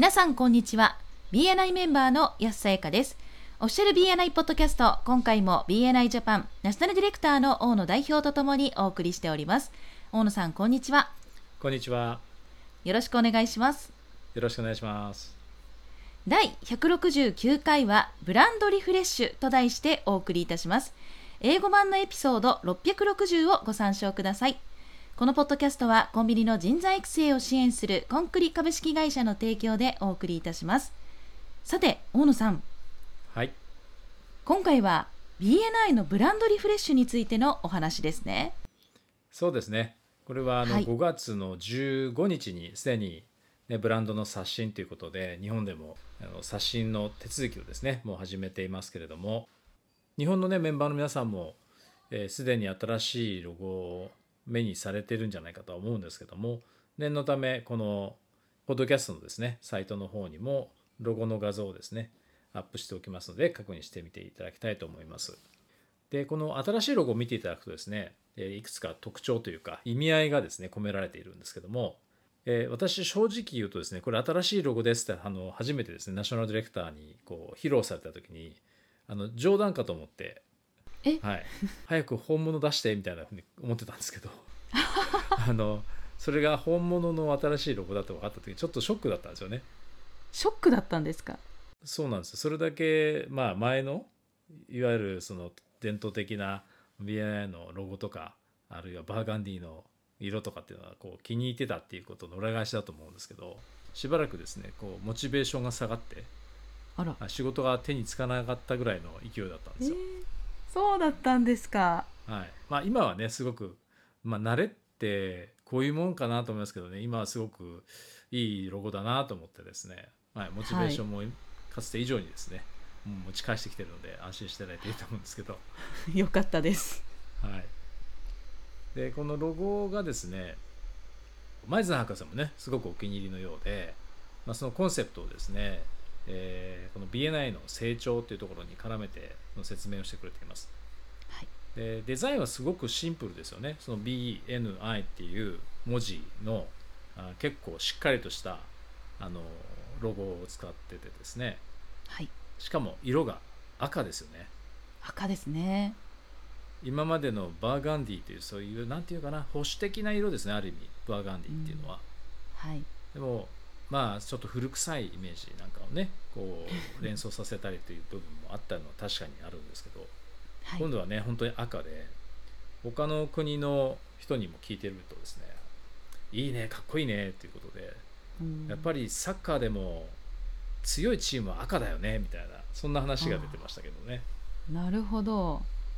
皆さんこんにちは。 BNI メンバーの安さやかです。オフィシャル BNI ポッドキャスト、今回も BNI ジャパンナショナルディレクターの大野代表とともにお送りしております。大野さんこんにちは。 こんにちは。 よろしくお願いします。 よろしくお願いします。 第169回はブランドリフレッシュと題してお送りいたします。英語版のエピソード660をご参照ください。このポッドキャストはコンビニの人材育成を支援するコンクリ株式会社の提供でお送りいたします。さて大野さん、 はい、 今回は BNI のブランドリフレッシュについてのお話ですね。 そうですね。これははい 5月の15日にすでに、ブランドの刷新ということで日本でも刷新の手続きをですねもう始めていますけれども、日本の、メンバーの皆さんもすでに新しいロゴを目にされているんじゃないかとは思うんですけども、念のためこのポッドキャストのですねサイトの方にもロゴの画像をですねアップしておきますので確認してみていただきたいと思います。でこの新しいロゴを見ていただくとですね、いくつか特徴というか意味合いがですね込められているんですけども、私正直言うとですね、これ新しいロゴですって初めてですねナショナルディレクターに披露された時に冗談かと思って、はい、早く本物出してみたいなふうに思ってたんですけどそれが本物の新しいロゴだと分かった時ちょっとショックだったんですよね。 ショックだったんですか？ そうなんですよ。それだけ、前のいわゆるその伝統的な BNI のロゴとかあるいはバーガンディの色とかっていうのは気に入ってたっていうことの裏返しだと思うんですけど、しばらくですねモチベーションが下がって仕事が手につかなかったぐらいの勢いだったんですよ。 そうだったんですか。 はい。今はねすごく、慣れってこういうもんかなと思いますけどね、今はすごくいいロゴだなと思ってですね、モチベーションもかつて以上にですね、もう持ち返してきてるので安心していただいていいと思うんですけどよかったです。 はい。でこのロゴがですね、前津博士もねすごくお気に入りのようで、そのコンセプトをですね、この BNI の成長というところに絡めての説明をしてくれています。でデザインはすごくシンプルですよね。その BNI っていう文字の結構しっかりとしたロゴを使っててですね、しかも色が赤ですよね。 赤ですね。 今までのバーガンディというそういうなんていうかな保守的な色ですね、ある意味バーガンディっていうのは、でもちょっと古臭いイメージなんかをね連想させたりという部分もあったのは確かにあるんですけど、今度はね本当に赤で他の国の人にも聞いてるとですね、いいねかっこいいねということで、やっぱりサッカーでも強いチームは赤だよねみたいなそんな話が出てましたけどね。 なるほど。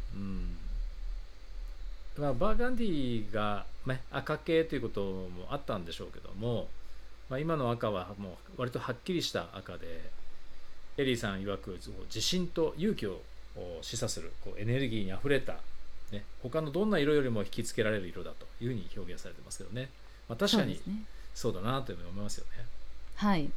バーガンディが、赤系ということもあったんでしょうけども、今の赤はもう割とはっきりした赤で、エリーさん曰く自信と勇気を示唆するエネルギーにあふれた、他のどんな色よりも引きつけられる色だというふうに表現されてますけどね、確かにそうだなというふうに思いますよね。 はい。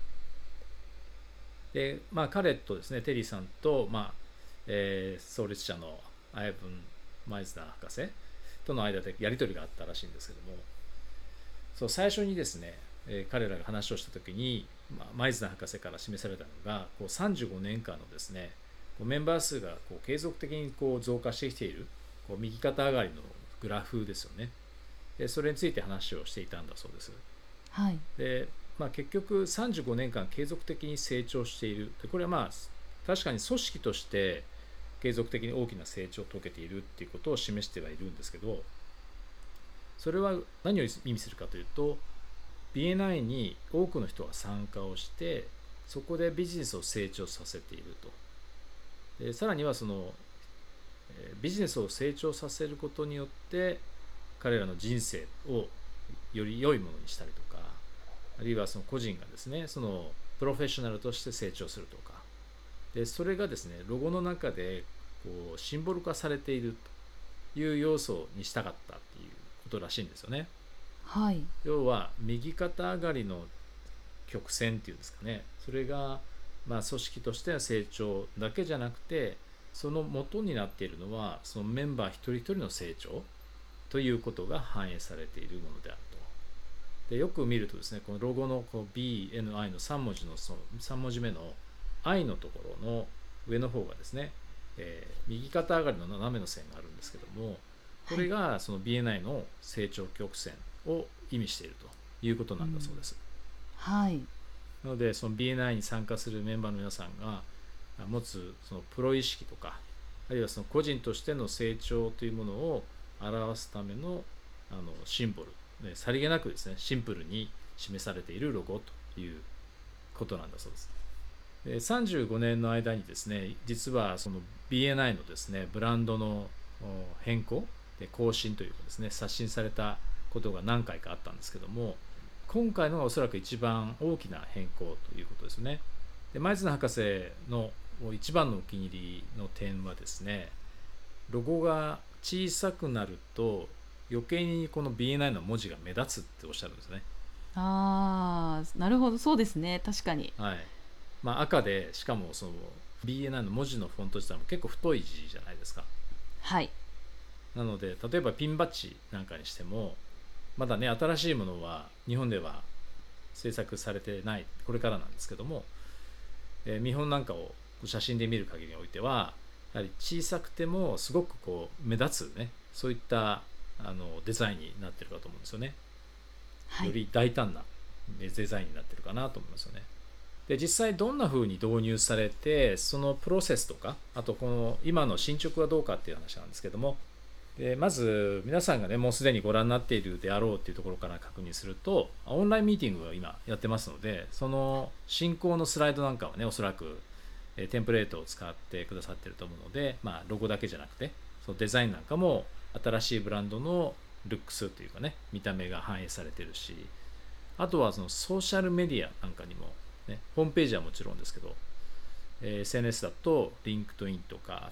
で彼とですねテリーさんと、創立者のアイヴン・マイズナー博士との間でやり取りがあったらしいんですけども、そう最初にですね、彼らが話をした時に、マイズナー博士から示されたのが35年間のですねメンバー数が継続的に増加してきている右肩上がりのグラフですよね。でそれについて話をしていたんだそうです。で結局35年間継続的に成長している。でこれは確かに組織として継続的に大きな成長を遂げているっていうことを示してはいるんですけど、それは何を意味するかというと BNI に多くの人が参加をしてそこでビジネスを成長させていると。でさらにはそのビジネスを成長させることによって彼らの人生をより良いものにしたりとか、あるいはその個人がですねそのプロフェッショナルとして成長するとかで、それがですねロゴの中でシンボル化されているという要素にしたかったっていうことらしいんですよね。要は右肩上がりの曲線っていうんですかね、それが組織としての成長だけじゃなくてその元になっているのはそのメンバー一人一人の成長ということが反映されているものであるでよく見るとですね、このロゴのこう BNI の3文字のその3文字目の I のところの上の方がですね、右肩上がりの斜めの線があるんですけども、これがその BNI の成長曲線を意味しているということなんだそうです。 はい。 なのでその BNI に参加するメンバーの皆さんが持つそのプロ意識とか、あるいはその個人としての成長というものを表すためのシンボル、さりげなくですね、シンプルに示されているロゴということなんだそうです。35年の間にですね、実はその BNI のですね、ブランドの変更で更新というかですね、刷新されたことが何回かあったんですけども、今回のがおそらく一番大きな変更ということですね。でマイズナー博士の一番のお気に入りの点はですね、ロゴが小さくなると余計にこの BNI の文字が目立つっておっしゃるんですね。 ああ、なるほど、そうですね、確かに。 はい。赤で、しかもその BNI の文字のフォント自体も結構太い字じゃないですか。 はい。 なので例えばピンバッジなんかにしても、まだね、新しいものは日本では制作されてない、これからなんですけども、見本なんかを写真で見る限りにおいては、やはり小さくてもすごくこう目立つね、そういったデザインになってるかと思うんですよね。 はい、 より大胆なデザインになってるかなと思いますよね。で実際どんな風に導入されて、そのプロセスとか、あとこの今の進捗はどうかっていう話なんですけども、でまず皆さんがね、もうすでにご覧になっているであろうっていうところから確認すると、オンラインミーティングを今やってますので、その進行のスライドなんかはね、おそらくテンプレートを使ってくださってると思うので、ロゴだけじゃなくて、そのデザインなんかも新しいブランドのルックスというかね、見た目が反映されてるし、あとはそのソーシャルメディアなんかにも、ね、ホームページはもちろんですけど、SNS だと LinkedIn とか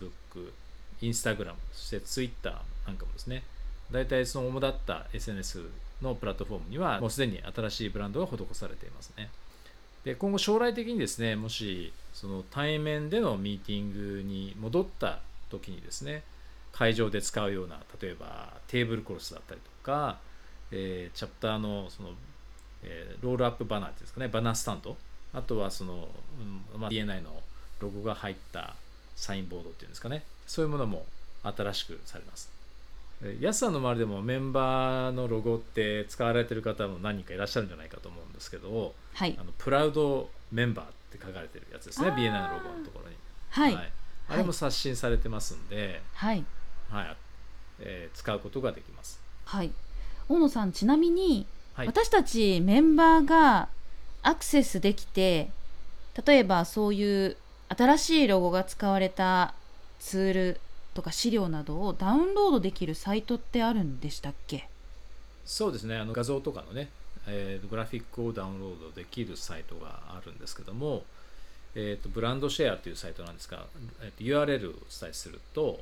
Facebook、Instagram、そして Twitter なんかもですね、大体その主だった SNS のプラットフォームにはもうすでに新しいブランドが施されていますね。で今後将来的にですね、もしその対面でのミーティングに戻った時にですね、会場で使うような、例えばテーブルクロスだったりとか、チャプターのその、ロールアップバナーですかね、バナースタンド、あとはその、BNI のロゴが入ったサインボードっていうんですかね、そういうものも新しくされます。安さんの周りでもメンバーのロゴって使われている方も何人かいらっしゃるんじゃないかと思うんですけど、 はい、 プラウドメンバーって書かれてるやつですね、 BNI のロゴのところに、 はい、 あれも刷新されてますんで、 はい、 使うことができます。 はい。大野さん、ちなみに、 はい、 私たちメンバーがアクセスできて、例えばそういう新しいロゴが使われたツールとか資料などをダウンロードできるサイトってあるんでしたっけ？ そうですね、画像とかのね、グラフィックをダウンロードできるサイトがあるんですけども、ブランドシェアというサイトなんですが、URL をお伝えすると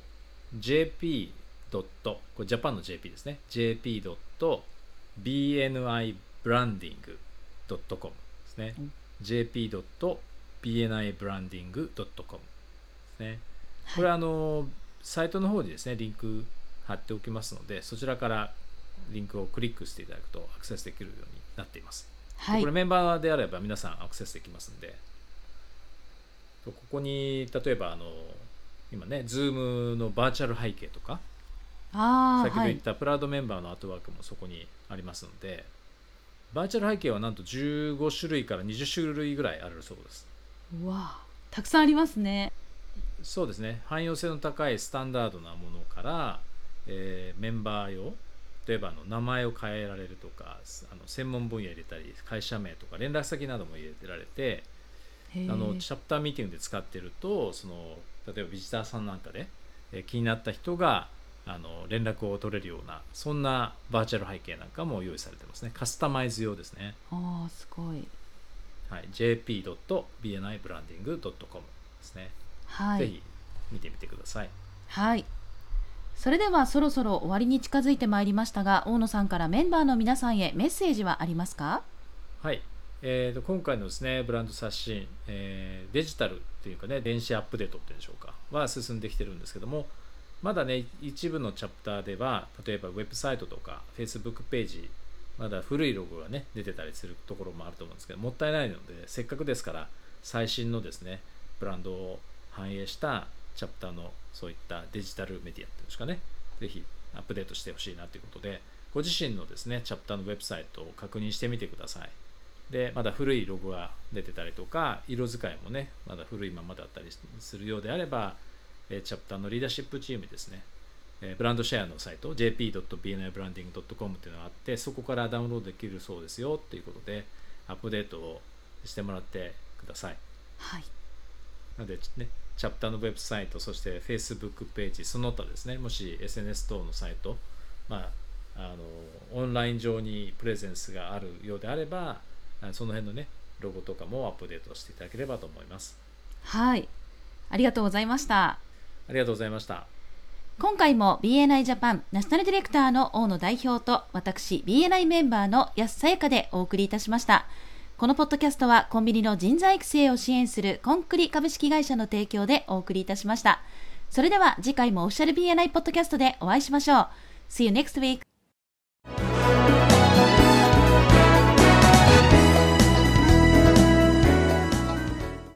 jp. これジャパンの JP ですね、jp.bnibranding.com ですね、jp.bnibranding.com ですね。これはサイトの方にですね、リンク貼っておきますので、そちらからリンクをクリックしていただくとアクセスできるようになっています。 はい、 これメンバーであれば皆さんアクセスできますので、ここに例えば今ね、Zoom のバーチャル背景とか、先ほど言ったプラウドメンバーのアートワークもそこにありますので、バーチャル背景はなんと15種類から20種類ぐらいあるそうです。 うわ、たくさんありますね。 そうですね、汎用性の高いスタンダードなものから、メンバー用、例えば名前を変えられるとか、専門分野入れたり、会社名とか連絡先なども入れてられて、チャプターミーティングで使ってると、例えばビジターさんなんかで、気になった人が連絡を取れるような、そんなバーチャル背景なんかも用意されてますね。カスタマイズ用ですね。 すごい。 はい、jp.bnibranding.com ですね。 はい、 ぜひ見てみてください。 はい。それではそろそろ終わりに近づいてまいりましたが、大野さんからメンバーの皆さんへメッセージはありますか？ はい、今回のですね、ブランド刷新、デジタルっていうかね、電子アップデートっていうんでしょうか、は進んできてるんですけども、まだね、一部のチャプターでは、例えばウェブサイトとか Facebook ページまだ古いロゴがね出てたりするところもあると思うんですけど、もったいないのでせっかくですから最新のですねブランドを反映したチャプターのそういったデジタルメディアっていうんですかね、ぜひアップデートしてほしいなということで、ご自身のですねチャプターのウェブサイトを確認してみてください。でまだ古いロゴが出てたりとか色使いもねまだ古いままだったりするようであれば、チャプターのリーダーシップチームですね、ブランドシェアのサイト jp.bnibranding.com っていうのがあって、そこからダウンロードできるそうですよっていうことでアップデートをしてもらってください。 はい。 なのでね、チャプターのウェブサイト、そして Facebook ページ、その他ですね、もし SNS 等のサイト、オンライン上にプレゼンスがあるようであれば、その辺のね、ロゴとかもアップデートしていただければと思います。 はい。ありがとうございました。 ありがとうございました。 今回も BNI ジャパンナショナルディレクターの大野代表と私 BNI メンバーの安さやかでお送りいたしました。このポッドキャストはコンビニの人材育成を支援するコンクリ株式会社の提供でお送りいたしました。それでは次回もオフィシャル BNI ポッドキャストでお会いしましょう。See you next week!